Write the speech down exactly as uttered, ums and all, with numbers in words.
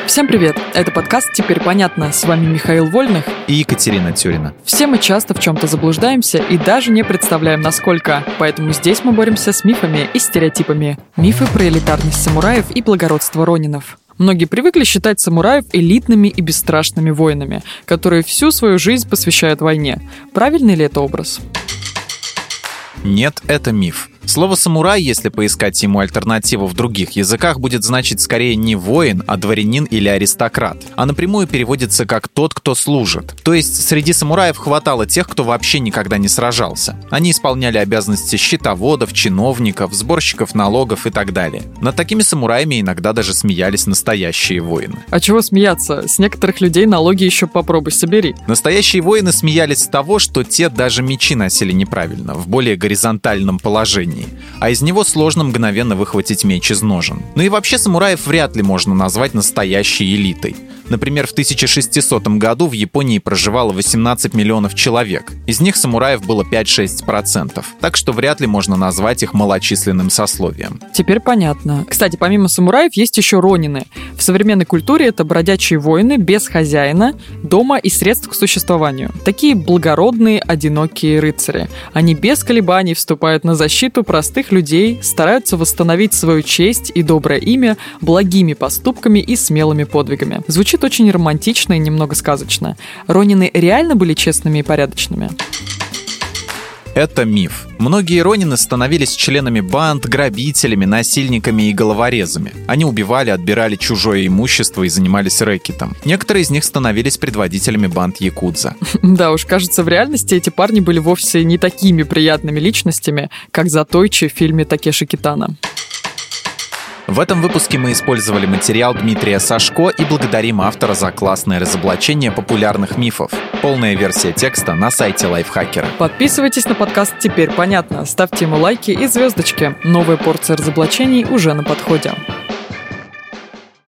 Всем привет! Это подкаст «Теперь понятно». С вами Михаил Вольных и Екатерина Тюрина. Все мы часто в чем-то заблуждаемся и даже не представляем, насколько. Поэтому здесь мы боремся с мифами и стереотипами. Мифы про элитарность самураев и благородство ронинов. Многие привыкли считать самураев элитными и бесстрашными воинами, которые всю свою жизнь посвящают войне. Правильный ли это образ? Нет, это миф. Слово «самурай», если поискать ему альтернативу в других языках, будет значить скорее не воин, а дворянин или аристократ, а напрямую переводится как «тот, кто служит». То есть среди самураев хватало тех, кто вообще никогда не сражался. Они исполняли обязанности счетоводов, чиновников, сборщиков налогов и так далее. Над такими самураями иногда даже смеялись настоящие воины. А чего смеяться? С некоторых людей налоги еще попробуй собери. Настоящие воины смеялись с того, что те даже мечи носили неправильно, в более горизонтальном положении. А из него сложно мгновенно выхватить меч из ножен. Ну и вообще самураев вряд ли можно назвать настоящей элитой. Например, в тысяча шестисотом году в Японии проживало восемнадцать миллионов человек. Из них самураев было пять-шесть процентов. Так что вряд ли можно назвать их малочисленным сословием. Теперь понятно. Кстати, помимо самураев есть еще ронины. В современной культуре это бродячие воины без хозяина, дома и средств к существованию. Такие благородные, одинокие рыцари. Они без колебаний вступают на защиту простых людей, стараются восстановить свою честь и доброе имя благими поступками и смелыми подвигами. Звучит очень романтично и немного сказочно. Ронины реально были честными и порядочными? Это миф. Многие ронины становились членами банд, грабителями, насильниками и головорезами. Они убивали, отбирали чужое имущество и занимались рэкетом. Некоторые из них становились предводителями банд якудза. Да уж, кажется, в реальности эти парни были вовсе не такими приятными личностями, как Затойчи в фильме Такеши Китано. В этом выпуске мы использовали материал Дмитрия Сашко и благодарим автора за классное разоблачение популярных мифов. Полная версия текста на сайте Лайфхакера. Подписывайтесь на подкаст «Теперь понятно», ставьте ему лайки и звездочки. Новая порция разоблачений уже на подходе.